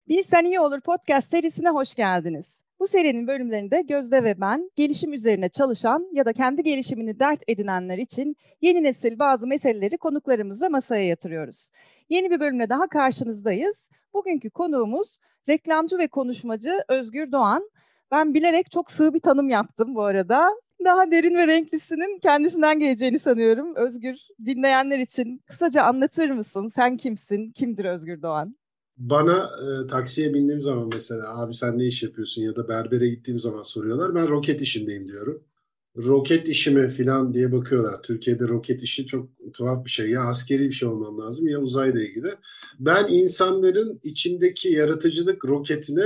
Bilsen İyi Olur podcast serisine hoş geldiniz. Bu serinin bölümlerinde Gözde ve ben, gelişim üzerine çalışan ya da kendi gelişimini dert edinenler için yeni nesil bazı meseleleri konuklarımızla masaya yatırıyoruz. Yeni bir bölümle daha karşınızdayız. Bugünkü konuğumuz reklamcı ve konuşmacı Özgür Doğan. Ben bilerek çok sığ bir tanım yaptım bu arada. Daha derin ve renklisinin kendisinden geleceğini sanıyorum. Özgür, dinleyenler için kısaca anlatır mısın? Sen kimsin? Kimdir Özgür Doğan? Bana taksiye bindiğim zaman mesela abi sen ne iş yapıyorsun ya da berbere gittiğim zaman soruyorlar. Ben roket işindeyim diyorum. Roket işi mi falan diye bakıyorlar. Türkiye'de roket işi çok tuhaf bir şey. Ya askeri bir şey olman lazım ya uzayla ilgili. Ben insanların içindeki yaratıcılık roketini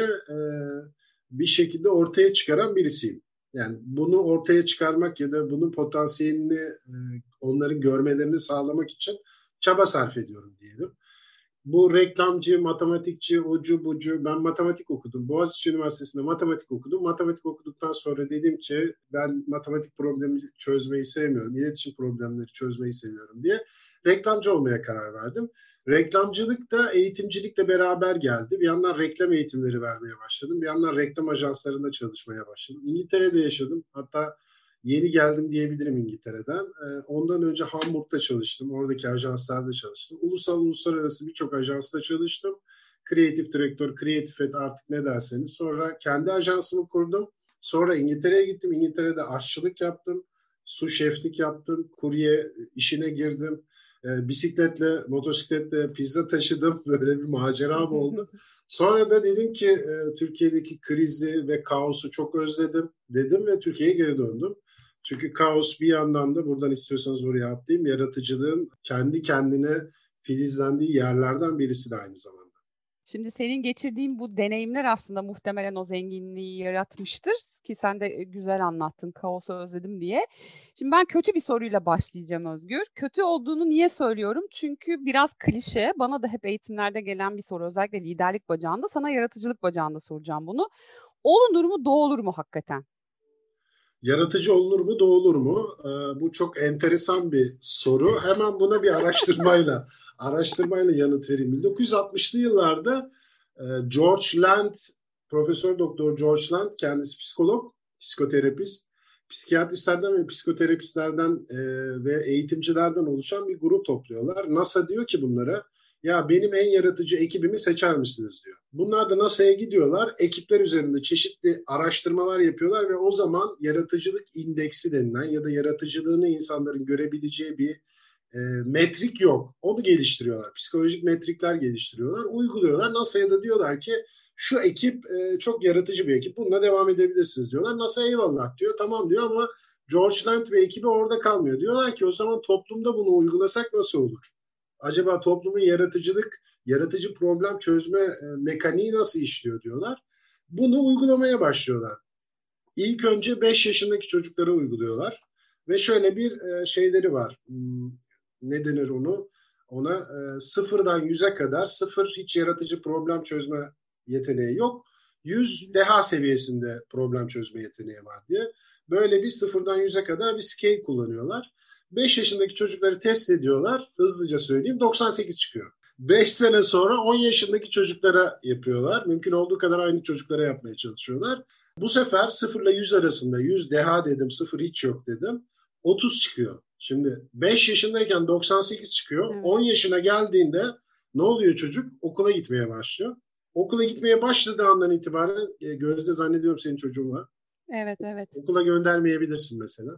bir şekilde ortaya çıkaran birisiyim. Yani bunu ortaya çıkarmak ya da bunun potansiyelini onların görmelerini sağlamak için çaba sarf ediyorum diyelim. Bu reklamcı, matematikçi, ucu bucu. Ben matematik okudum. Boğaziçi Üniversitesi'nde matematik okudum. Matematik okuduktan sonra dedim ki ben matematik problemi çözmeyi sevmiyorum. İletişim problemleri çözmeyi seviyorum diye reklamcı olmaya karar verdim. Reklamcılık da eğitimcilikle beraber geldi. Bir yandan reklam eğitimleri vermeye başladım. Bir yandan reklam ajanslarında çalışmaya başladım. İngiltere'de yaşadım. Hatta yeni geldim diyebilirim İngiltere'den. Ondan önce Hamburg'da çalıştım. Oradaki ajanslarda çalıştım. Ulusal, uluslararası birçok ajansta çalıştım. Kreatif direktör, kreatif head artık ne derseniz. Sonra kendi ajansımı kurdum. Sonra İngiltere'ye gittim. İngiltere'de aşçılık yaptım. Su şeflik yaptım. Kurye işine girdim. Bisikletle, motosikletle pizza taşıdım. Böyle bir maceram oldu. Sonra da dedim ki Türkiye'deki krizi ve kaosu çok özledim dedim ve Türkiye'ye geri döndüm. Çünkü kaos bir yandan da buradan istiyorsanız oraya atlayayım. Yaratıcılığın kendi kendine filizlendiği yerlerden birisi de aynı zamanda. Şimdi senin geçirdiğin bu deneyimler aslında muhtemelen o zenginliği yaratmıştır ki sen de güzel anlattın kaosu özledim diye. Şimdi ben kötü bir soruyla başlayacağım Özgür. Kötü olduğunu niye söylüyorum? Çünkü biraz klişe. Bana da hep eğitimlerde gelen bir soru. Özellikle liderlik bacağında. Sana yaratıcılık bacağında soracağım bunu. Olunur mu, doğulur mu hakikaten? Yaratıcı olur mu, doğulur mu? Bu çok enteresan bir soru. Hemen buna bir araştırmayla yanıt vereyim. 1960'lı yıllarda George Land, Profesör Doktor George Land, kendisi psikolog, psikoterapist, psikiyatristlerden ve psikoterapistlerden ve eğitimcilerden oluşan bir grup topluyorlar. NASA diyor ki bunlara, ya benim en yaratıcı ekibimi seçer misiniz diyor. Bunlar da NASA'ya gidiyorlar. Ekipler üzerinde çeşitli araştırmalar yapıyorlar ve o zaman yaratıcılık indeksi denilen ya da yaratıcılığını insanların görebileceği bir metrik yok. Onu geliştiriyorlar. Psikolojik metrikler geliştiriyorlar. Uyguluyorlar. NASA'ya da diyorlar ki şu ekip çok yaratıcı bir ekip. Bununla devam edebilirsiniz diyorlar. NASA eyvallah diyor. Tamam diyor ama George Land ve ekibi orada kalmıyor. Diyorlar ki o zaman toplumda bunu uygulasak nasıl olur? Acaba toplumun yaratıcı problem çözme mekaniği nasıl işliyor diyorlar. Bunu uygulamaya başlıyorlar. İlk önce 5 yaşındaki çocuklara uyguluyorlar. Ve şöyle bir şeyleri var. Ne denir onu? Ona sıfırdan 100'e kadar sıfır hiç yaratıcı problem çözme yeteneği yok. 100 deha seviyesinde problem çözme yeteneği var diye. Böyle bir sıfırdan 100'e kadar bir scale kullanıyorlar. 5 yaşındaki çocukları test ediyorlar. Hızlıca söyleyeyim 98 çıkıyor. 5 sene sonra 10 yaşındaki çocuklara yapıyorlar. Mümkün olduğu kadar aynı çocuklara yapmaya çalışıyorlar. Bu sefer 0 ile 100 arasında 100 deha dedim, 0 hiç yok dedim. 30 çıkıyor. Şimdi 5 yaşındayken 98 çıkıyor. Evet. 10 yaşına geldiğinde ne oluyor çocuk? Okula gitmeye başlıyor. Okula gitmeye başladığı andan itibaren Gözde zannediyorum senin çocuğun var. Evet, evet. Okula göndermeyebilirsin mesela.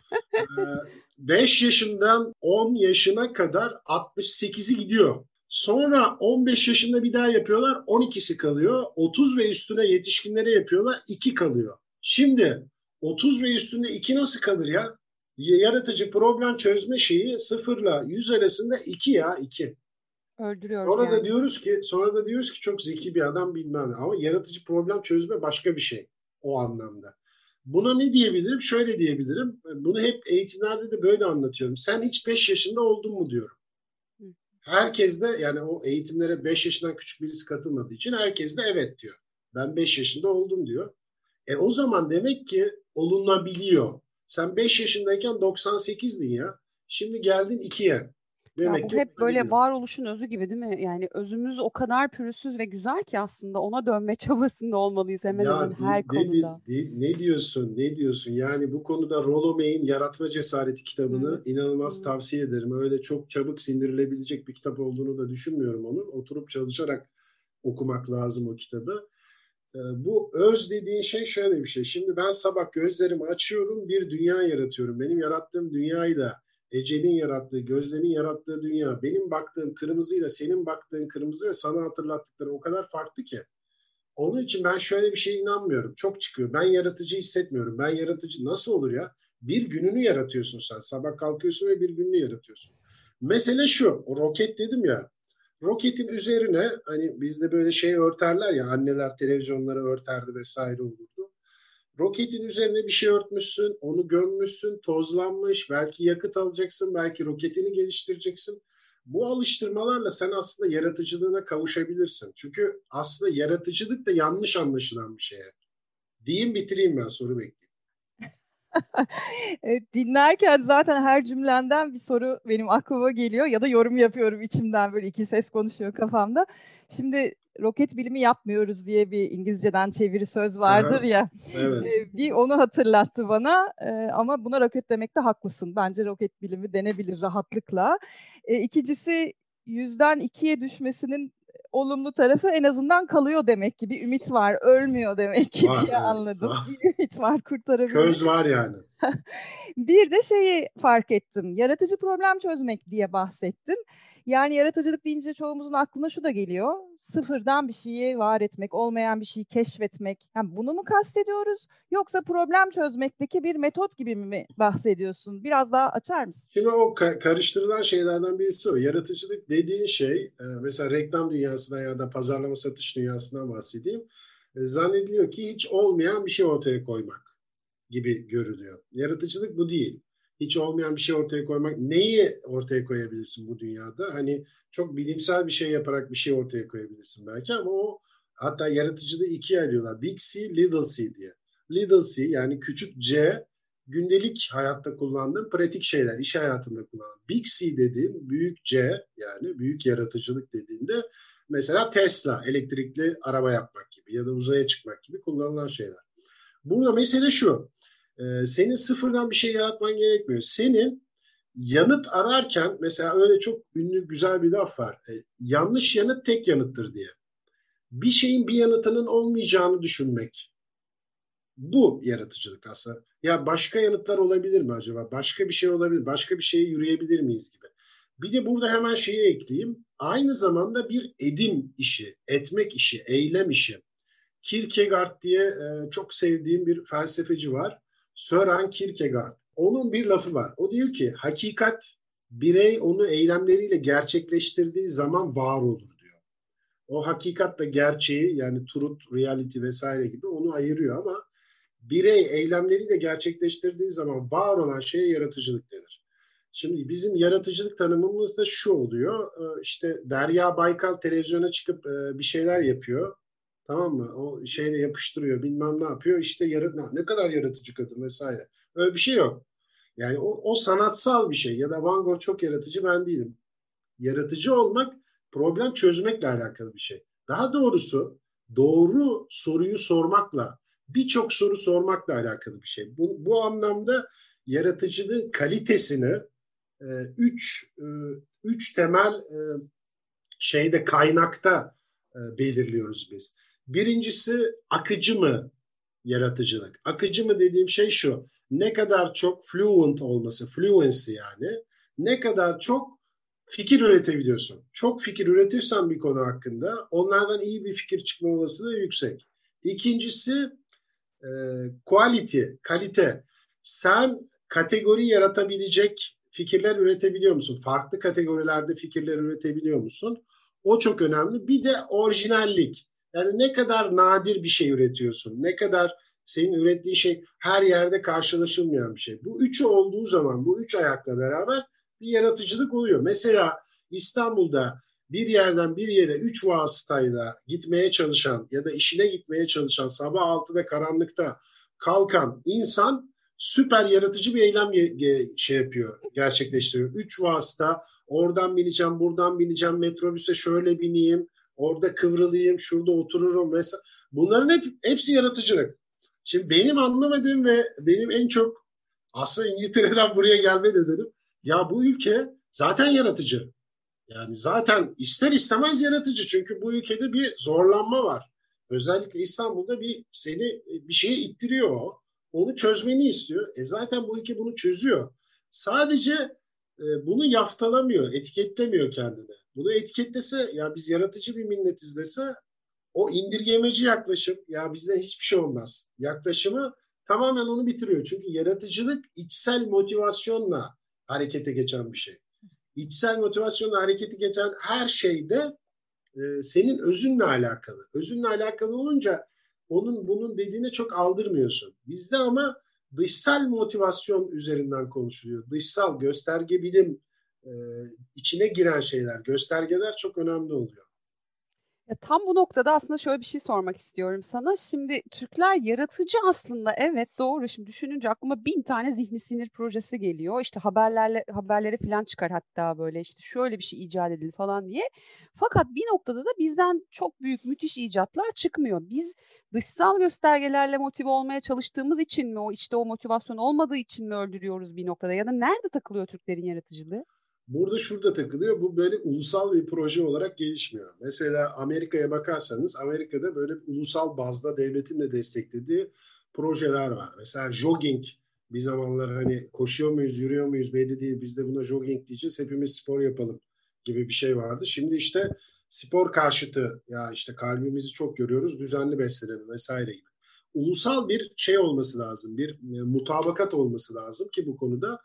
5 yaşından 10 yaşına kadar 68'i gidiyor. Sonra 15 yaşında bir daha yapıyorlar, 12'si kalıyor. 30 ve üstüne yetişkinlere yapıyorlar, 2 kalıyor. Şimdi 30 ve üstünde 2 nasıl kalır ya? Yaratıcı problem çözme şeyi 0 ile 100 arasında 2 ya 2. Öldürüyoruz Sonra da yani. diyoruz ki çok zeki bir adam bilmem ne. Ama yaratıcı problem çözme başka bir şey o anlamda. Buna ne diyebilirim? Şöyle diyebilirim. Bunu hep eğitimlerde de böyle anlatıyorum. Sen hiç 5 yaşında oldun mu diyorum. Herkes de yani o eğitimlere 5 yaşından küçük birisi katılmadığı için herkes de evet diyor. Ben 5 yaşında oldum diyor. O zaman demek ki olunabiliyor. Sen 5 yaşındayken 98'din ya. Şimdi geldin 2'ye. Ya Demek bu ki hep öyle böyle diyor. varoluşun özü gibi değil mi? Yani özümüz o kadar pürüzsüz ve güzel ki aslında ona dönme çabasında olmalıyız hemen hemen Ya her konuda. ne diyorsun, ne diyorsun? Yani bu konuda Rollo May'in Yaratma Cesareti kitabını Evet. inanılmaz Evet. tavsiye ederim. Öyle çok çabuk sindirilebilecek bir kitap olduğunu da düşünmüyorum onun. Oturup çalışarak okumak lazım o kitabı. Bu öz dediğin şey şöyle bir şey. Şimdi ben sabah gözlerimi açıyorum, bir dünya yaratıyorum. Benim yarattığım dünyayla Ece'nin yarattığı, Gözde'nin yarattığı dünya, benim baktığım kırmızıyla senin baktığın kırmızı ve sana hatırlattıkları o kadar farklı ki. Onun için ben şöyle bir şeye inanmıyorum. Çok çıkıyor. Ben yaratıcı hissetmiyorum. Ben yaratıcı nasıl olur ya? Bir gününü yaratıyorsun sen. Sabah kalkıyorsun ve bir gününü yaratıyorsun. Mesele şu. O roket dedim ya. Roketin üzerine hani bizde böyle şey örterler ya, anneler televizyonları örterdi vesaire olurdu. Roketin üzerine bir şey örtmüşsün, onu gömmüşsün, tozlanmış, belki yakıt alacaksın, belki roketini geliştireceksin. Bu alıştırmalarla sen aslında yaratıcılığına kavuşabilirsin. Çünkü aslında yaratıcılık da yanlış anlaşılan bir şey. Diyeyim bitireyim, ben soru bekleyeyim. Dinlerken zaten her cümlenden bir soru benim aklıma geliyor ya da yorum yapıyorum içimden böyle iki ses konuşuyor kafamda. Şimdi roket bilimi yapmıyoruz diye bir İngilizceden çeviri söz vardır Aha, ya. evet. Bir onu hatırlattı bana. Ama buna roket demekte haklısın. Bence roket bilimi denebilir rahatlıkla. İkincisi yüzden ikiye düşmesinin olumlu tarafı en azından kalıyor demek ki. Bir ümit var, ölmüyor demek ki Var, diye evet. anladım. Var. Bir ümit var, kurtarabilir. Köz var yani. Bir de şeyi fark ettim. Yaratıcı problem çözmek diye bahsettin. Yani yaratıcılık deyince çoğumuzun aklına şu da geliyor. Sıfırdan bir şeyi var etmek, olmayan bir şeyi keşfetmek. Yani bunu mu kastediyoruz? Yoksa problem çözmekteki bir metot gibi mi bahsediyorsun? Biraz daha açar mısın? Şimdi o karıştırılan şeylerden birisi o. Yaratıcılık dediğin şey, mesela reklam dünyasından ya da pazarlama satış dünyasından bahsedeyim. Zannediliyor ki hiç olmayan bir şey ortaya koymak gibi görülüyor. Yaratıcılık bu değil. Hiç olmayan bir şey ortaya koymak. Neyi ortaya koyabilirsin bu dünyada? Hani çok bilimsel bir şey yaparak bir şey ortaya koyabilirsin belki, ama o, hatta yaratıcılığı ikiye ayırıyorlar. Big C, Little C diye. Little C yani küçük C, gündelik hayatta kullandığın pratik şeyler, iş hayatında kullandığın. Big C dediğin büyük C, yani büyük yaratıcılık dediğinde mesela Tesla, elektrikli araba yapmak gibi ya da uzaya çıkmak gibi kullanılan şeyler. Burada mesele şu. Senin sıfırdan bir şey yaratman gerekmiyor. Senin yanıt ararken, mesela öyle çok ünlü güzel bir laf var. Yanlış yanıt tek yanıttır diye. Bir şeyin bir yanıtının olmayacağını düşünmek. Bu yaratıcılık aslında. Ya başka yanıtlar olabilir mi acaba? Başka bir şey olabilir. Başka bir şeye yürüyebilir miyiz gibi. Bir de burada hemen şeyi ekleyeyim. Aynı zamanda bir edim işi, etmek işi, eylem işi. Kierkegaard diye çok sevdiğim bir felsefeci var. Søren Kierkegaard. Onun bir lafı var. O diyor ki hakikat, birey onu eylemleriyle gerçekleştirdiği zaman var olur diyor. O hakikatle gerçeği, yani truth, reality vesaire gibi onu ayırıyor, ama birey eylemleriyle gerçekleştirdiği zaman var olan şeye yaratıcılık denir. Şimdi bizim yaratıcılık tanımımız da şu oluyor. İşte Derya Baykal televizyona çıkıp bir şeyler yapıyor. Tamam mı? O şeyle yapıştırıyor, bilmem ne yapıyor. İşte ne kadar yaratıcı kadın vesaire. Öyle bir şey yok. Yani o sanatsal bir şey. Ya da Van Gogh çok yaratıcı, ben değilim. Yaratıcı olmak problem çözmekle alakalı bir şey. Daha doğrusu doğru soruyu sormakla, birçok soru sormakla alakalı bir şey. Bu anlamda yaratıcılığın kalitesini e, üç, e, üç temel şeyde, kaynakta belirliyoruz biz. Birincisi, akıcı mı yaratıcılık? Akıcı mı dediğim şey şu: ne kadar çok fluent olması, fluency yani, ne kadar çok fikir üretebiliyorsun. Çok fikir üretirsen bir konu hakkında, onlardan iyi bir fikir çıkma olasılığı yüksek. İkincisi, e, quality, kalite. Sen kategori yaratabilecek fikirler üretebiliyor musun? Farklı kategorilerde fikirler üretebiliyor musun? O çok önemli. Bir de orijinallik. Yani ne kadar nadir bir şey üretiyorsun, ne kadar senin ürettiğin şey her yerde karşılaşılmayan bir şey. Bu üçü olduğu zaman, bu üç ayakla beraber bir yaratıcılık oluyor. Mesela İstanbul'da bir yerden bir yere üç vasıtayla gitmeye çalışan ya da işine gitmeye çalışan, sabah 6'da karanlıkta kalkan insan süper yaratıcı bir eylem şey yapıyor, gerçekleştiriyor. 3 vasıta, oradan bineceğim, buradan bineceğim, metrobüse şöyle bineyim, orada kıvrılayım, şurada otururum mesela. Bunların hepsi yaratıcılık. Şimdi benim anlamadığım ve benim en çok aslında İngiltere'den buraya gelme nedenim, ya bu ülke zaten yaratıcı. Yani zaten ister istemez yaratıcı. Çünkü bu ülkede bir zorlanma var. Özellikle İstanbul'da seni bir şeye ittiriyor o. Onu çözmeni istiyor. Zaten bu ülke bunu çözüyor. Sadece bunu yaftalamıyor, etiketlemiyor kendine. Bunu etiketlese, ya biz yaratıcı bir milletiz dese, o indirgemeci yaklaşım, ya bizden hiçbir şey olmaz yaklaşımı tamamen onu bitiriyor. Çünkü yaratıcılık içsel motivasyonla harekete geçen bir şey. İçsel motivasyonla harekete geçen her şeyde senin özünle alakalı. Özünle alakalı olunca bunun dediğine çok aldırmıyorsun. Bizde ama dışsal motivasyon üzerinden konuşuluyor. Dışsal gösterge bilim e, içine giren şeyler, göstergeler çok önemli oluyor. Ya tam bu noktada aslında şöyle bir şey sormak istiyorum sana. Şimdi Türkler yaratıcı aslında, evet doğru. Şimdi düşününce aklıma 1000 tane zihni sinir projesi geliyor. İşte haberlere falan çıkar hatta, böyle işte şöyle bir şey icat edildi falan diye. Fakat bir noktada da bizden çok büyük müthiş icatlar çıkmıyor. Biz dışsal göstergelerle motive olmaya çalıştığımız için mi, o işte o motivasyon olmadığı için mi öldürüyoruz bir noktada, ya da nerede takılıyor Türklerin yaratıcılığı? Burada şurada takılıyor. Bu böyle ulusal bir proje olarak gelişmiyor. Mesela Amerika'ya bakarsanız, Amerika'da böyle ulusal bazda devletin de desteklediği projeler var. Mesela jogging, bir zamanlar hani koşuyor muyuz, yürüyor muyuz belli değil. Biz de buna jogging diyeceğiz. Hepimiz spor yapalım gibi bir şey vardı. Şimdi işte spor karşıtı, ya işte kalbimizi çok görüyoruz, düzenli beslenelim vesaire gibi. Ulusal bir şey olması lazım. Bir mutabakat olması lazım ki bu konuda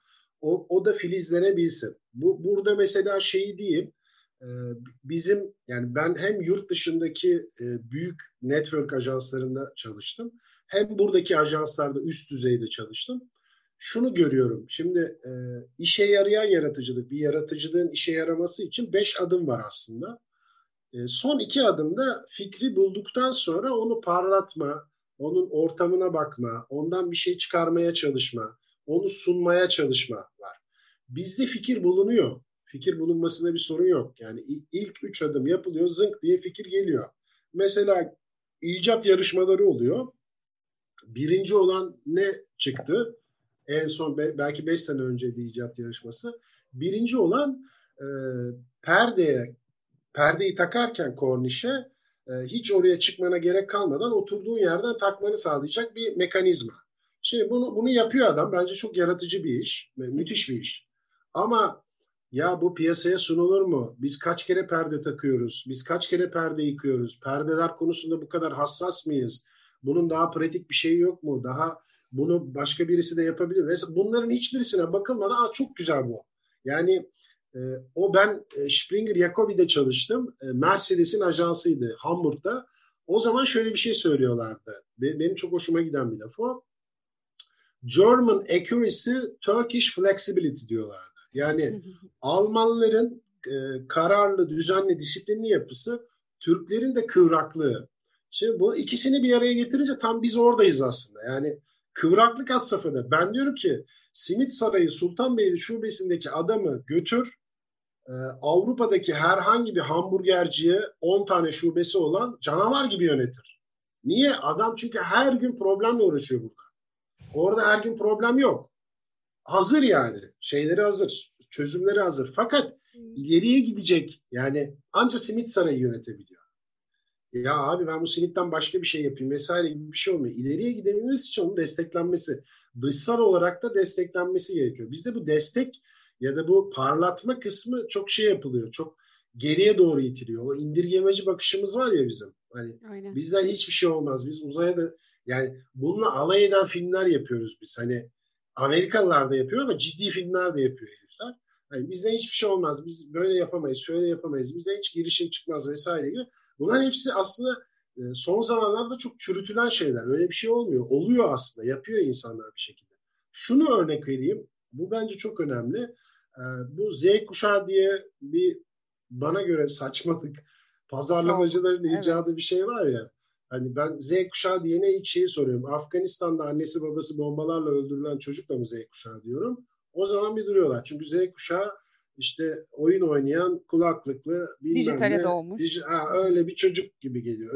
o da filizlenebilsin. Burada mesela şeyi diyeyim, e, bizim, yani ben hem yurt dışındaki büyük network ajanslarında çalıştım, hem buradaki ajanslarda üst düzeyde çalıştım. Şunu görüyorum. Şimdi işe yarayan yaratıcılık, bir yaratıcılığın işe yaraması için 5 adım var aslında. Son 2 adımda fikri bulduktan sonra onu parlatma, onun ortamına bakma, ondan bir şey çıkarmaya çalışma, onu sunmaya çalışma var. Bizde fikir bulunuyor. Fikir bulunmasında bir sorun yok. Yani ilk 3 adım yapılıyor, zınk diye fikir geliyor. Mesela icat yarışmaları oluyor. Birinci olan ne çıktı? En son belki 5 sene önceydi icat yarışması. Birinci olan e, perdeye perdeyi takarken kornişe hiç oraya çıkmana gerek kalmadan oturduğun yerden takmanı sağlayacak bir mekanizma. Şimdi bunu yapıyor adam. Bence çok yaratıcı bir iş. Müthiş bir iş. Ama ya bu piyasaya sunulur mu? Biz kaç kere perde takıyoruz? Biz kaç kere perde yıkıyoruz? Perdeler konusunda bu kadar hassas mıyız? Bunun daha pratik bir şeyi yok mu? Daha bunu başka birisi de yapabilir. Mesela bunların hiçbirisine bakılmadan, çok güzel bu. Yani ben Springer Jacobi'de çalıştım. Mercedes'in ajansıydı Hamburg'da. O zaman şöyle bir şey söylüyorlardı. Benim çok hoşuma giden bir laf o. German accuracy, Turkish flexibility diyorlardı. Yani Almanların kararlı, düzenli, disiplinli yapısı, Türklerin de kıvraklığı. Şimdi bu ikisini bir araya getirince tam biz oradayız aslında. Yani kıvraklık had safhada. Ben diyorum ki Simit Sarayı Sultanbeyli şubesindeki adamı götür, Avrupa'daki herhangi bir hamburgerciye 10 tane şubesi olan canavar gibi yönetir. Niye? Adam çünkü her gün problemle uğraşıyor burada. Orada her gün problem yok. Hazır yani. Şeyleri hazır. Çözümleri hazır. Fakat ileriye gidecek, yani anca simit sarayı yönetebiliyor. Ya abi ben bu simitten başka bir şey yapayım vesaire gibi bir şey olmuyor. İleriye gidebilmesi için onun desteklenmesi, dışsal olarak da desteklenmesi gerekiyor. Bizde bu destek ya da bu parlatma kısmı çok şey yapılıyor. Çok geriye doğru itiliyor. O indirgemeci bakışımız var ya bizim. Hani Aynen. bizden hiçbir şey olmaz. Biz uzaya da, yani bununla alay eden filmler yapıyoruz biz. Hani Amerikalılar da yapıyor ama ciddi filmler de yapıyor herifler. Hani bizden hiçbir şey olmaz. Biz böyle yapamayız, şöyle yapamayız. Bizden hiç girişim çıkmaz vesaire gibi. Bunların hepsi aslında son zamanlarda çok çürütülen şeyler. Öyle bir şey olmuyor. Oluyor aslında. Yapıyor insanlar bir şekilde. Şunu örnek vereyim. Bu bence çok önemli. Bu Z kuşağı diye bir, bana göre saçmalık, Çok. pazarlamacıların Evet. icadı bir şey var ya. Hani ben Z kuşağı diyene ilk şeyi soruyorum. Afganistan'da annesi babası bombalarla öldürülen çocukla mı Z kuşağı diyorum. O zaman bir duruyorlar. Çünkü Z kuşağı işte oyun oynayan, kulaklıklı, bilmem Dijitale ne, doğmuş. öyle bir çocuk gibi geliyor.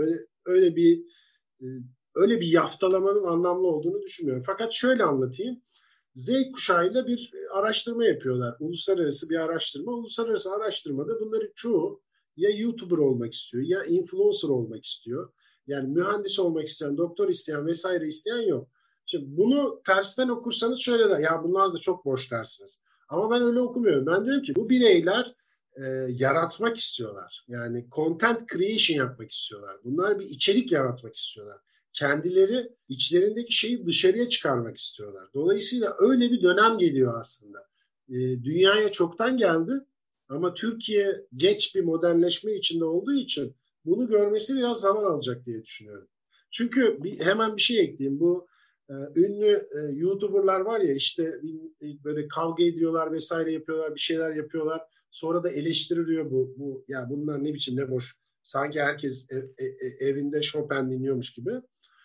E, öyle bir yaftalamanın anlamlı olduğunu düşünmüyorum. Fakat şöyle anlatayım. Z kuşağıyla bir araştırma yapıyorlar. Uluslararası bir araştırma. Uluslararası araştırmada bunların çoğu ya YouTuber olmak istiyor ya influencer olmak istiyor. Yani mühendis olmak isteyen, doktor isteyen vesaire isteyen yok. Şimdi bunu tersten okursanız şöyle der. Ya bunlar da çok boş dersiniz. Ama ben öyle okumuyorum. Ben diyorum ki bu bireyler yaratmak istiyorlar. Yani content creation yapmak istiyorlar. Bunlar bir içerik yaratmak istiyorlar. Kendileri içlerindeki şeyi dışarıya çıkarmak istiyorlar. Dolayısıyla öyle bir dönem geliyor aslında. Dünyaya çoktan geldi ama Türkiye geç bir modernleşme içinde olduğu için bunu görmesi biraz zaman alacak diye düşünüyorum. Çünkü hemen bir şey ekleyeyim. Bu ünlü YouTuber'lar var ya işte böyle kavga ediyorlar vesaire yapıyorlar, bir şeyler yapıyorlar. Sonra da eleştiriliyor bu ya bunlar ne biçim ne boş. Sanki herkes evinde Chopin dinliyormuş gibi.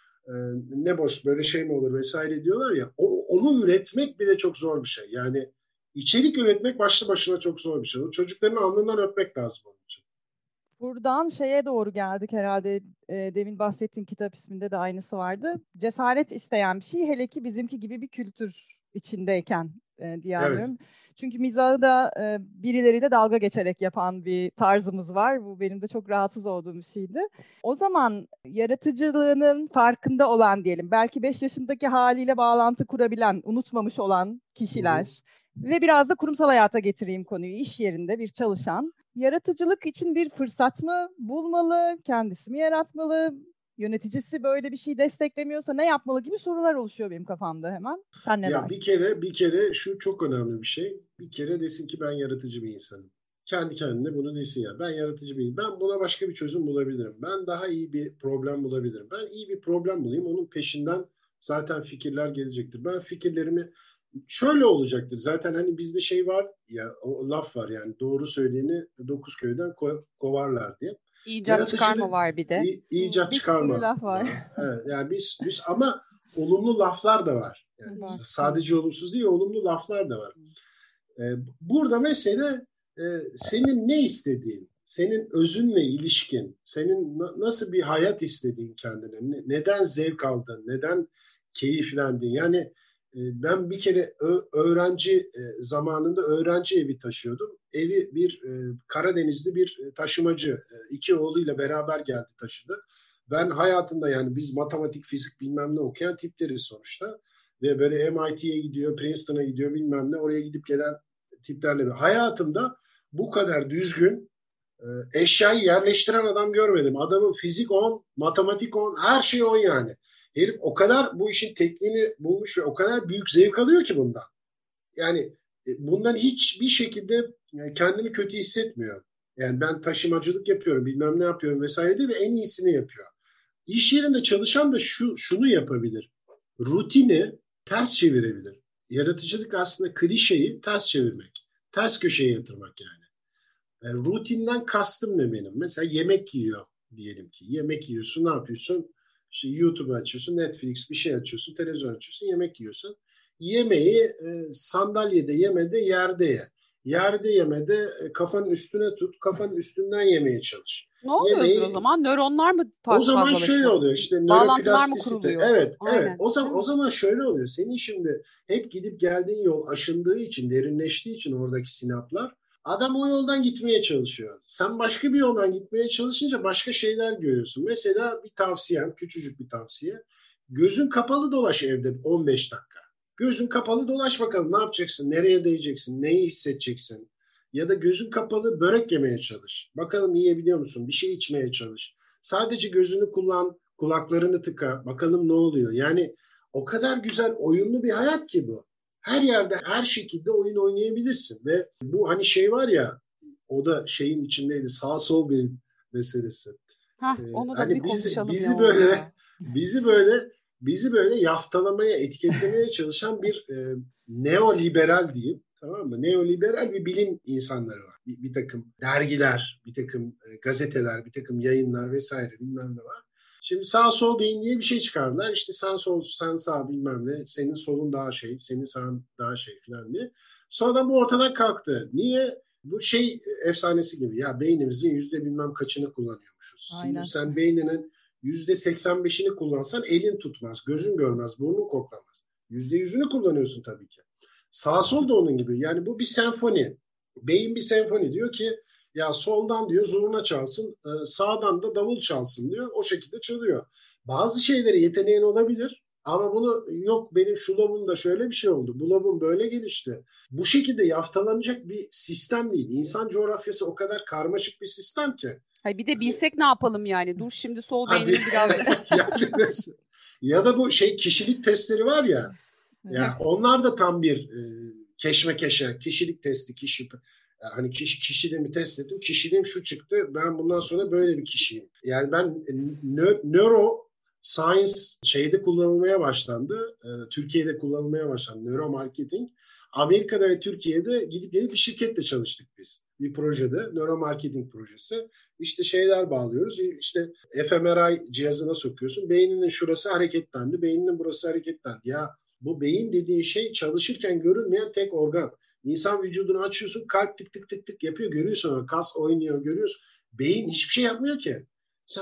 Ne boş böyle şey mi olur vesaire diyorlar ya. Onu üretmek bile çok zor bir şey. Yani içerik üretmek başlı başına çok zor bir şey. O çocukların alnından öpmek lazım onun için. Buradan şeye doğru geldik herhalde. Demin bahsettiğin kitap isminde de aynısı vardı. Cesaret isteyen bir şey, hele ki bizimki gibi bir kültür içindeyken diye Evet. anlıyorum. Çünkü mizahı da birileriyle dalga geçerek yapan bir tarzımız var. Bu benim de çok rahatsız olduğum bir şeydi. O zaman yaratıcılığının farkında olan diyelim, belki 5 yaşındaki haliyle bağlantı kurabilen, unutmamış olan Hı hı. kişiler ve biraz da kurumsal hayata getireyim konuyu. İş yerinde bir çalışan yaratıcılık için bir fırsat mı bulmalı, kendisi mi yaratmalı, yöneticisi böyle bir şey desteklemiyorsa ne yapmalı gibi sorular oluşuyor benim kafamda hemen. Sen ne Ya dersin? bir kere şu çok önemli bir şey. Bir kere desin ki ben yaratıcı bir insanım. Kendi kendine bunu desin ya. Ben yaratıcı biriyim. Ben buna başka bir çözüm bulabilirim. Ben daha iyi bir problem bulabilirim. Ben iyi bir problem bulayım. Onun peşinden zaten fikirler gelecektir. Ben fikirlerimi şöyle olacaktır. Zaten hani bizde şey var ya o laf var yani doğru söyleyeni 9 köyden kovarlar diye. İcat çıkarma Yaratıcılık var bir de. icat Bir sürü çıkarma laf var. var. Evet, yani biz ama olumlu laflar da var. Yani Var. sadece olumsuz değil, olumlu laflar da var. Burada mesele senin ne istediğin, senin özünle ilişkin, senin nasıl bir hayat istediğin kendine, neden zevk aldın, neden keyiflendin. Yani ben bir kere öğrenci zamanında öğrenci evi taşıyordum. Evi bir Karadenizli bir taşımacı, 2 oğluyla beraber geldi taşıdı. Ben hayatımda yani biz matematik, fizik bilmem ne okuyan tipleriz sonuçta. Ve böyle MIT'ye gidiyor, Princeton'a gidiyor bilmem ne. Oraya gidip gelen tiplerle bir hayatımda bu kadar düzgün eşyayı yerleştiren adam görmedim. Adamın fizik 10, matematik 10, her şey 10 yani. Herif o kadar bu işin tekniğini bulmuş ve o kadar büyük zevk alıyor ki bundan. Yani bundan hiçbir şekilde kendini kötü hissetmiyor. Yani ben taşımacılık yapıyorum, bilmem ne yapıyorum vesaire değil ve en iyisini yapıyor. İş yerinde çalışan da şunu yapabilir. Rutini ters çevirebilir. Yaratıcılık aslında klişeyi ters çevirmek. Ters köşeye yatırmak yani. Rutinden kastım ne benim? Mesela yemek yiyor diyelim ki. Yemek yiyorsun ne yapıyorsun? İşte YouTube açıyorsun, Netflix bir şey açıyorsun, televizyon açıyorsun, yemek yiyorsun. Yemeği sandalyede yemede yerde ye. Yerde yemede kafanın üstüne tut, kafanın üstünden yemeye çalış. Ne oluyordur o Yemeği zaman? Nöronlar mı o zaman şöyle fazlalaşıyor? oluyor işte Bağlantılar mı nöroplastisite. kuruluyor? Evet, evet. Aynen. O zaman Değil o mi? zaman şöyle oluyor. Senin şimdi hep gidip geldiğin yol aşındığı için, derinleştiği için oradaki sinaplar adam o yoldan gitmeye çalışıyor. Sen başka bir yoldan gitmeye çalışınca başka şeyler görüyorsun. Mesela bir tavsiyem, küçücük bir tavsiye. Gözün kapalı dolaş evde 15 dakika. Gözün kapalı dolaş bakalım ne yapacaksın, nereye değeceksin, neyi hissedeceksin. Ya da gözün kapalı börek yemeye çalış. Bakalım yiyebiliyor musun? Bir şey içmeye çalış. Sadece gözünü kullan, kulaklarını tıka. Bakalım ne oluyor? Yani o kadar güzel oyunlu bir hayat ki bu. Her yerde, her şekilde oyun oynayabilirsin. Ve bu hani şey var ya, o da şeyin içindeydi. Sağ sol bir meselesi. Hah, onu da bir Hani konuşalım ya bizi olmazsa. böyle bizi böyle bizi böyle yaftalamaya, etiketlemeye çalışan bir neoliberal diyeyim. Tamam mı? Neoliberal bir bilim insanları var. Bir takım dergiler, bir takım gazeteler, bir takım yayınlar vesaire bilmem ne var. Şimdi sağ sol beyin diye bir şey çıkardılar. İşte sen sol, sen sağ bilmem ne. Senin solun daha şey, senin sağın daha şey falan diye. Sonradan bu ortadan kalktı. Niye? Bu şey efsanesi gibi. Ya beynimizin yüzde bilmem kaçını kullanıyormuşuz. Şimdi Aynen. sen beyninin %85'ini kullansan elin tutmaz, gözün görmez, burnun koklamaz. %100'ünü kullanıyorsun tabii ki. Sağ sol da onun gibi. Yani bu bir senfoni. Beyin bir senfoni. Diyor ki ya soldan diyor zurna çalsın, sağdan da davul çalsın diyor. O şekilde çalıyor. Bazı şeylere yeteneğin olabilir ama bunu yok benim şu lobumda şöyle bir şey oldu. Bu lobum böyle gelişti. Bu şekilde yaftalanacak bir sistem değil. İnsan coğrafyası o kadar karmaşık bir sistem ki. Hayır, bir de bilsek ne yapalım yani? Dur şimdi sol Abi, beynimi biraz yani ya da bu şey kişilik testleri var ya. Ya onlar da tam bir keşmekeşe, kişilik testi, hani kişiliğimi test ettim. Kişiliğim şu çıktı. Ben bundan sonra böyle bir kişiyim. Yani ben neuroscience şeyde kullanılmaya başlandı. Türkiye'de kullanılmaya başlandı. Neuromarketing. Amerika'da ve Türkiye'de gidip gelip bir şirketle çalıştık biz. Bir projede, neuromarketing projesi. İşte şeyler bağlıyoruz. İşte fMRI cihazına sokuyorsun. Beyninin şurası hareketlendi, beyninin burası hareketlendi. Ya bu beyin dediğin şey çalışırken görünmeyen tek organ. İnsan vücudunu açıyorsun, kalp tık tık tık tık yapıyor, görüyorsun onu. Kas oynuyor, görüyorsun. Beyin hiçbir şey yapmıyor ki. Sen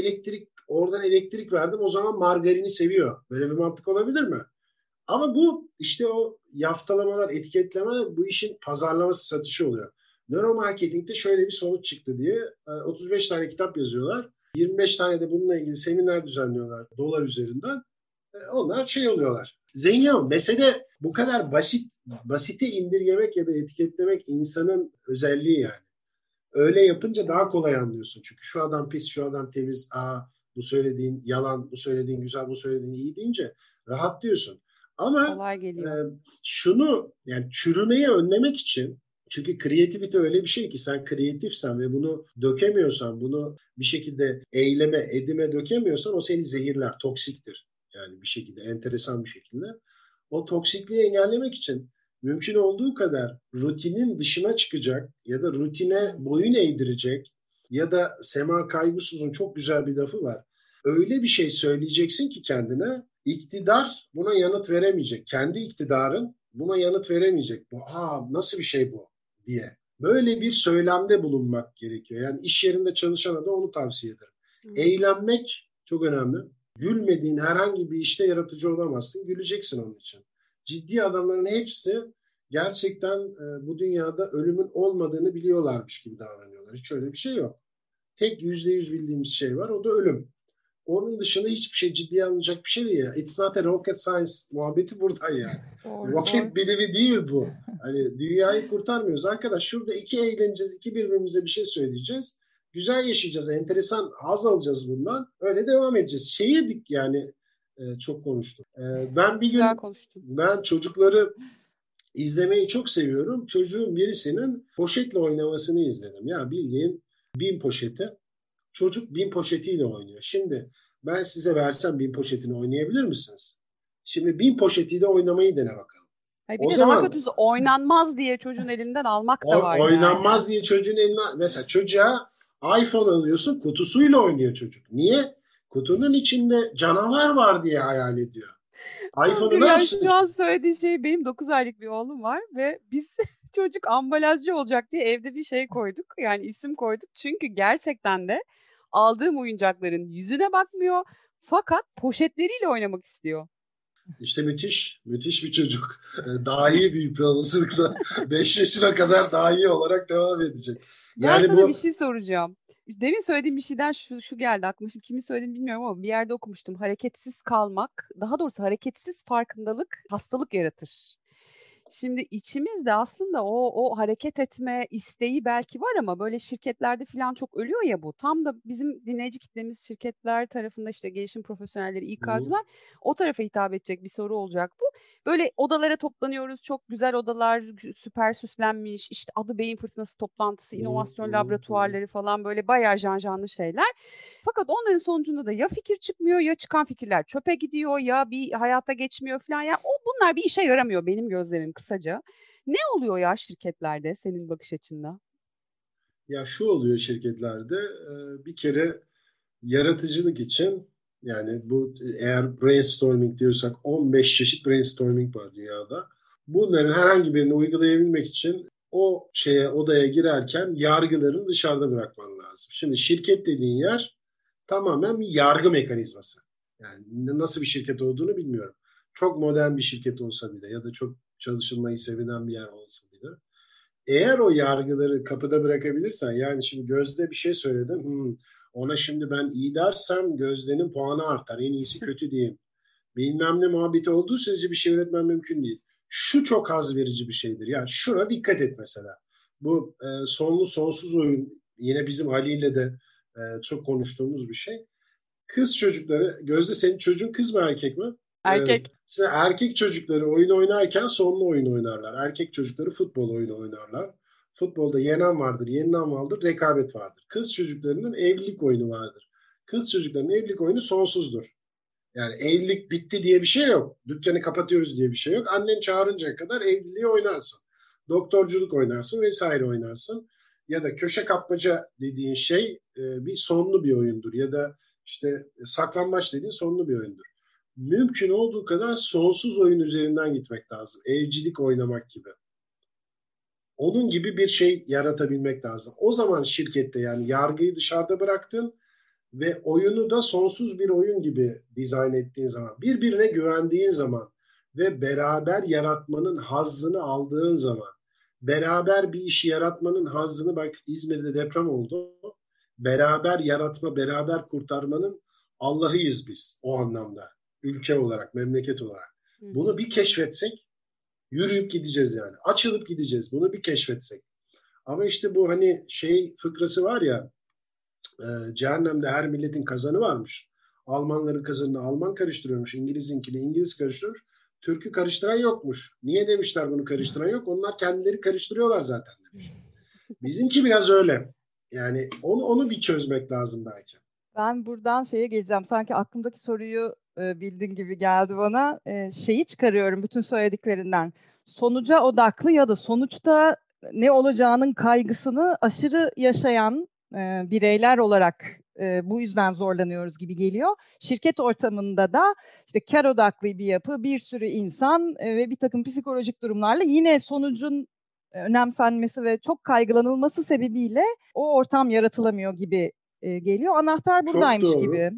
oradan elektrik verdim, o zaman margarini seviyor. Böyle bir mantık olabilir mi? Ama bu işte o yaftalamalar, etiketlemeler bu işin pazarlaması, satışı oluyor. Nöromarketingde şöyle bir sonuç çıktı diye 35 tane kitap yazıyorlar. 25 tane de bununla ilgili seminer düzenliyorlar dolar üzerinden. Onlar şey oluyorlar. Zengin ama mesele bu kadar basite indirgemek ya da etiketlemek insanın özelliği yani. Öyle yapınca daha kolay anlıyorsun. Çünkü şu adam pis, şu adam temiz. Bu söylediğin yalan, bu söylediğin güzel, bu söylediğin iyi deyince rahat diyorsun. Ama kolay geliyor. şunu yani çürümeyi önlemek için çünkü kreativite öyle bir şey ki sen kreatifsen ve bunu dökemiyorsan, bunu bir şekilde eyleme, edime dökemiyorsan o seni zehirler, toksiktir. Yani bir şekilde, enteresan bir şekilde. O toksikliği engellemek için mümkün olduğu kadar rutinin dışına çıkacak ya da rutine boyun eğdirecek ya da Sema Kaygısız'ın çok güzel bir lafı var. Öyle bir şey söyleyeceksin ki kendine iktidar buna yanıt veremeyecek. Kendi iktidarın buna yanıt veremeyecek. Nasıl bir şey bu diye. Böyle bir söylemde bulunmak gerekiyor. Yani iş yerinde çalışana da onu tavsiye ederim. Eğlenmek çok önemli. Gülmediğin herhangi bir işte yaratıcı olamazsın. Güleceksin onun için. Ciddi adamların hepsi gerçekten bu dünyada ölümün olmadığını biliyorlarmış gibi davranıyorlar. Hiç öyle bir şey yok. Tek %100 bildiğimiz şey var. O da ölüm. Onun dışında hiçbir şey ciddiye alınacak bir şey değil ya. It's not a rocket science muhabbeti buradan yani. Roket bilimi değil bu. Hani dünyayı kurtarmıyoruz. Arkadaş şurada iki eğleneceğiz, iki birbirimize bir şey söyleyeceğiz. Güzel yaşayacağız, enteresan haz alacağız bundan. Öyle devam edeceğiz. Yedik yani çok konuştum. Ben bir gün ben çocukları izlemeyi çok seviyorum. Çocuğun birisinin poşetle oynamasını izledim. Ya bildiğin 1000 poşeti. Çocuk 1000 poşetiyle oynuyor. Şimdi ben size versem 1000 poşetini oynayabilir misiniz? Şimdi 1000 poşetiyle oynamayı dene bakalım. Hayır, bir de daha kötüsü oynanmaz diye çocuğun elinden almak da var oynanmaz yani. diye çocuğun elinden mesela çocuğa iPhone alıyorsun kutusuyla oynuyor çocuk. Niye? Kutunun içinde canavar var diye hayal ediyor. iPhone'u ne yapsın? Şu an söylediği şey benim 9 aylık bir oğlum var ve biz çocuk ambalajcı olacak diye evde bir şey koyduk. Yani isim koyduk. Çünkü gerçekten de aldığım oyuncakların yüzüne bakmıyor. Fakat poşetleriyle oynamak istiyor. İşte müthiş bir çocuk. Dahi büyük bir olasılıkla 5 yaşına kadar dahi olarak devam edecek. Ben sana bir şey soracağım. Demin söylediğim bir şeyden şu geldi aklıma. Şimdi kimin söylediğini bilmiyorum ama bir yerde okumuştum. Hareketsiz kalmak, daha doğrusu hareketsiz farkındalık hastalık yaratır. Şimdi içimizde aslında o hareket etme isteği belki var ama böyle şirketlerde falan çok ölüyor ya bu. Tam da bizim dinleyici kitlemiz şirketler tarafında işte gelişim profesyonelleri, İK'cılar o tarafa hitap edecek bir soru olacak bu. Böyle odalara toplanıyoruz. Çok güzel odalar, süper süslenmiş. İşte adı beyin fırtınası toplantısı, inovasyon laboratuvarları falan böyle bayağı janjanlı şeyler. Fakat onların sonucunda da ya fikir çıkmıyor ya çıkan fikirler çöpe gidiyor ya bir hayata geçmiyor falan. Yani bunlar bir işe yaramıyor benim gözlemim kısaca. Ne oluyor ya şirketlerde senin bakış açında? Ya şu oluyor şirketlerde bir kere Yaratıcılık için yani bu eğer brainstorming diyorsak 15 çeşit brainstorming var dünyada. Bunların herhangi birini uygulayabilmek için o odaya girerken yargılarını dışarıda bırakman lazım. Şimdi şirket dediğin yer tamamen bir yargı mekanizması. Yani nasıl bir şirket olduğunu bilmiyorum. Çok modern bir şirket olsa bile ya da çok çalışılmayı sevilen bir yer olsa bile. Eğer o yargıları kapıda bırakabilirsen, yani şimdi Gözde bir şey söyledim. Ona şimdi ben iyi dersem Gözde'nin puanı artar. En iyisi kötü diyeyim. Bilmem ne muhabbeti olduğu sürece bir şey üretmem mümkün değil. Şu çok haz verici bir şeydir. Yani şuna dikkat et mesela. Bu sonlu sonsuz oyun yine bizim Ali ile de çok konuştuğumuz bir şey. Kız çocukları, Gözde senin çocuğun kız mı erkek mi? Erkek. İşte erkek çocukları oyun oynarken sonlu oyun oynarlar. Erkek çocukları futbol oyunu oynarlar. Futbolda yenen vardır, yenilen vardır, rekabet vardır. Kız çocuklarının evlilik oyunu vardır. Kız çocuklarının evlilik oyunu sonsuzdur. Yani evlilik bitti diye bir şey yok. Dükkanı kapatıyoruz diye bir şey yok. Annen çağırıncaya kadar evliliği oynarsın. Doktorculuk oynarsın vesaire oynarsın. Ya da köşe kapmaca dediğin şey bir sonlu bir oyundur. Ya da işte saklambaç dediğin sonlu bir oyundur. Mümkün olduğu kadar sonsuz oyun üzerinden gitmek lazım. Evcilik oynamak gibi. Onun gibi bir şey yaratabilmek lazım. O zaman şirkette yani yargıyı dışarıda bıraktın ve oyunu da sonsuz bir oyun gibi dizayn ettiğin zaman, birbirine güvendiğin zaman ve beraber yaratmanın hazzını aldığın zaman, beraber bir işi yaratmanın hazzını, bak İzmir'de deprem oldu. Beraber yaratma, beraber kurtarmanın Allah'ıyız biz o anlamda. Ülke olarak, memleket olarak. Bunu bir keşfetsek yürüyüp gideceğiz yani. Açılıp gideceğiz. Bunu bir keşfetsek. Ama işte bu hani şey fıkrası var ya, cehennemde her milletin kazanı varmış. Almanların kazanını Alman karıştırıyormuş. İngiliz'inkini İngiliz karıştırıyor. Türk'ü karıştıran yokmuş. Niye demişler bunu karıştıran yok? Onlar kendileri karıştırıyorlar zaten demiş. Bizimki biraz öyle. Yani onu bir çözmek lazım belki. Ben buradan şeye geleceğim. Sanki aklımdaki soruyu bildiğin gibi geldi bana. Şeyi çıkarıyorum bütün söylediklerinden. Sonuca odaklı ya da sonuçta ne olacağının kaygısını aşırı yaşayan bireyler olarak bu yüzden zorlanıyoruz gibi geliyor. Şirket ortamında da işte kar odaklı bir yapı, bir sürü insan ve bir takım psikolojik durumlarla yine sonucun önemsenmesi ve çok kaygılanılması sebebiyle o ortam yaratılamıyor gibi geliyor. Anahtar Çok buradaymış doğru. gibi.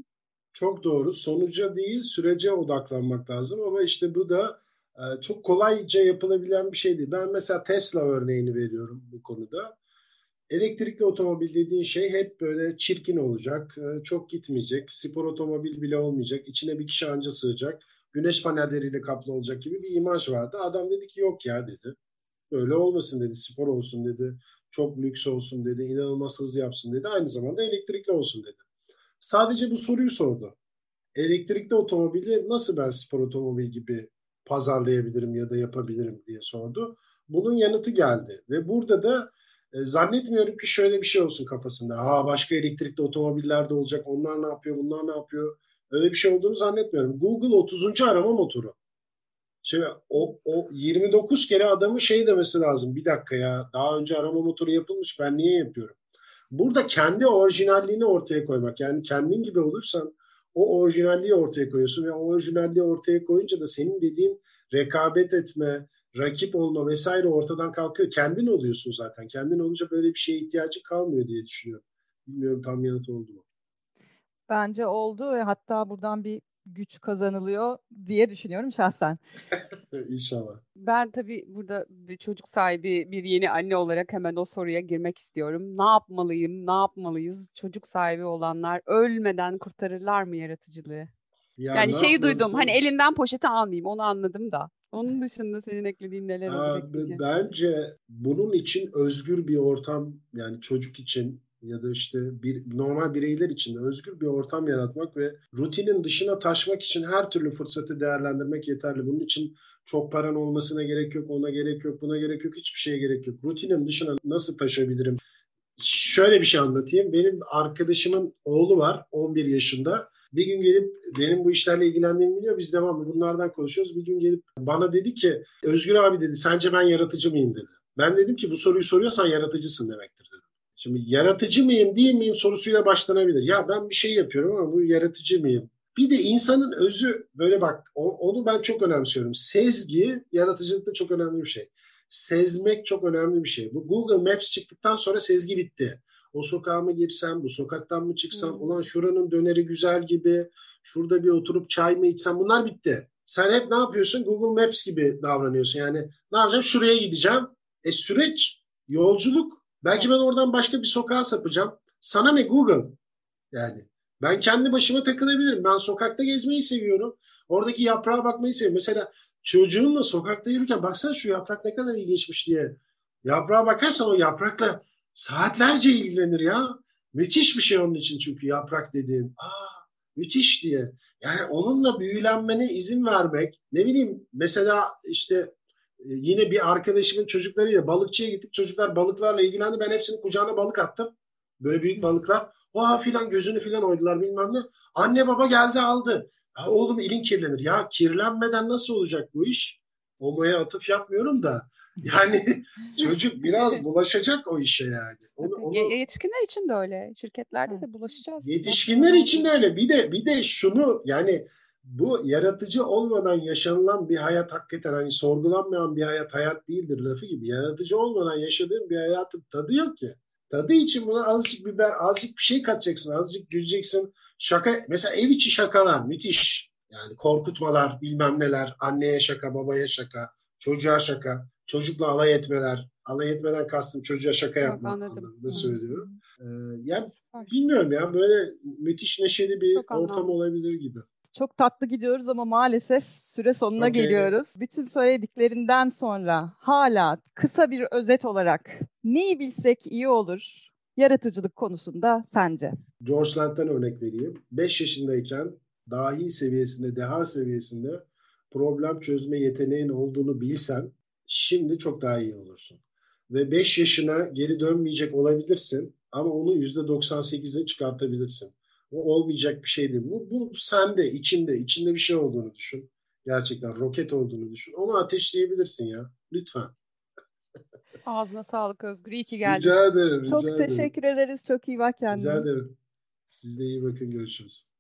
Çok doğru. Sonuca değil sürece odaklanmak lazım ama işte bu da çok kolayca yapılabilen bir şey değil. Ben mesela Tesla örneğini veriyorum bu konuda. Elektrikli otomobil dediğin şey hep böyle çirkin olacak, çok gitmeyecek, spor otomobil bile olmayacak, içine bir kişi anca sığacak, güneş panelleriyle kaplı olacak gibi bir imaj vardı. Adam dedi ki yok ya dedi. Böyle olmasın dedi, spor olsun dedi, çok lüks olsun dedi, inanılmaz hız yapsın dedi, aynı zamanda elektrikli olsun dedi. Sadece bu soruyu sordu. Elektrikli otomobili nasıl ben spor otomobili gibi pazarlayabilirim ya da yapabilirim diye sordu. Bunun yanıtı geldi ve burada da zannetmiyorum ki şöyle bir şey olsun kafasında. Başka elektrikli otomobiller de olacak. Onlar ne yapıyor? Bunlar ne yapıyor? Öyle bir şey olduğunu zannetmiyorum. Google 30. arama motoru. Şimdi o 29 kere adamın şey demesi lazım. Bir dakika ya, daha önce arama motoru yapılmış, ben niye yapıyorum? Burada kendi orijinalliğini ortaya koymak. Yani kendin gibi olursan o orijinalliği ortaya koyuyorsun ve o orijinalliği ortaya koyunca da senin dediğin rekabet etme, rakip olma vesaire ortadan kalkıyor. Kendin oluyorsun zaten. Kendin olunca böyle bir şeye ihtiyacı kalmıyor diye düşünüyorum. Bilmiyorum tam yanıt oldu mu? Bence oldu ve hatta buradan bir güç kazanılıyor diye düşünüyorum şahsen. İnşallah. Ben tabii burada bir çocuk sahibi bir yeni anne olarak hemen o soruya girmek istiyorum. Ne yapmalıyım, ne yapmalıyız? Çocuk sahibi olanlar ölmeden kurtarırlar mı yaratıcılığı? Ya Yani ne şeyi duydum, hani yapmalısın? elinden poşeti almayayım, onu anladım da. Onun dışında senin eklediğin neler olacak peki? Bence bunun için özgür bir ortam, yani çocuk için ya da işte normal bireyler için de özgür bir ortam yaratmak ve rutinin dışına taşmak için her türlü fırsatı değerlendirmek yeterli. Bunun için çok paran olmasına gerek yok, ona gerek yok, buna gerek yok, hiçbir şeye gerek yok. Rutinin dışına nasıl taşabilirim? Şöyle bir şey anlatayım. Benim arkadaşımın oğlu var, 11 yaşında. Bir gün gelip, benim bu işlerle ilgilendiğimi biliyor. Biz devamlı bunlardan konuşuyoruz. Bir gün gelip bana dedi ki, Özgür abi dedi, sence ben yaratıcı mıyım dedi. Ben dedim ki bu soruyu soruyorsan yaratıcısın demektir dedim. Şimdi yaratıcı mıyım değil miyim sorusuyla başlanabilir. Ya ben bir şey yapıyorum ama bu yaratıcı mıyım? Bir de insanın özü böyle bak onu ben çok önemsiyorum. Sezgi yaratıcılıkta çok önemli bir şey. Sezmek çok önemli bir şey. Bu Google Maps çıktıktan sonra sezgi bitti. O sokağa mı girsem, bu sokaktan mı çıksam, ulan şuranın döneri güzel gibi, şurada bir oturup çay mı içsem bunlar bitti. Sen hep ne yapıyorsun? Google Maps gibi davranıyorsun. Yani ne yapacağım? Şuraya gideceğim. Süreç, yolculuk. Belki ben oradan başka bir sokağa sapacağım. Sana ne Google? Yani ben kendi başıma takılabilirim. Ben sokakta gezmeyi seviyorum. Oradaki yaprağa bakmayı seviyorum. Mesela çocuğunla sokakta yürürken baksana şu yaprak ne kadar ilginçmiş diye. Yaprağa bakarsan o yaprakla saatlerce ilgilenir ya. Müthiş bir şey onun için çünkü yaprak dediğin. Müthiş diye. Yani onunla büyülenmene izin vermek. Ne bileyim mesela işte yine bir arkadaşımın çocuklarıyla balıkçıya gittik. Çocuklar balıklarla ilgilendi. Ben hepsinin kucağına balık attım. Böyle büyük balıklar. Oha filan gözünü filan oydular bilmem ne. Anne baba geldi aldı. Ya oğlum elin kirlenir. Ya kirlenmeden nasıl olacak bu iş? Omo'ya atıf yapmıyorum da. Yani çocuk biraz bulaşacak o işe yani. Yetişkinler için de öyle. Şirketlerde de bulaşacağız. Yetişkinler için de öyle. Bir de şunu yani bu yaratıcı olmadan yaşanılan bir hayat hakikaten hani sorgulanmayan bir hayat değildir lafı gibi. Yaratıcı olmadan yaşadığın bir hayatın tadı yok ki. Tadı için buna azıcık biber, azıcık bir şey katacaksın, azıcık güleceksin. Şaka, mesela ev içi şakalar müthiş. Yani korkutmalar, bilmem neler, anneye şaka, babaya şaka, çocuğa şaka, çocukla alay etmeler. Alay etmeden kastım çocuğa şaka Yok, yapma anladım. anlamında söylüyorum. Yani Süper. bilmiyorum ya böyle müthiş neşeli bir Çok ortam anlamlı. olabilir gibi. Çok tatlı gidiyoruz ama maalesef süre sonuna Okey. geliyoruz. Bütün söylediklerinden sonra hala kısa bir özet olarak neyi bilsek iyi olur yaratıcılık konusunda sence? George Sand'den örnek vereyim. 5 yaşındayken dahi seviyesinde, deha seviyesinde problem çözme yeteneğin olduğunu bilsen şimdi çok daha iyi olursun. Ve 5 yaşına geri dönmeyecek olabilirsin ama onu %98'e çıkartabilirsin. O olmayacak bir şey değil. Bu sende, içinde bir şey olduğunu düşün. Gerçekten roket olduğunu düşün. Onu ateşleyebilirsin ya. Lütfen. Ağzına sağlık Özgür. İyi ki geldin. Rica ederim, rica Çok ederim. teşekkür ederiz. Çok iyi bak Rica kendine. ederim. Siz de iyi bakın, görüşürüz.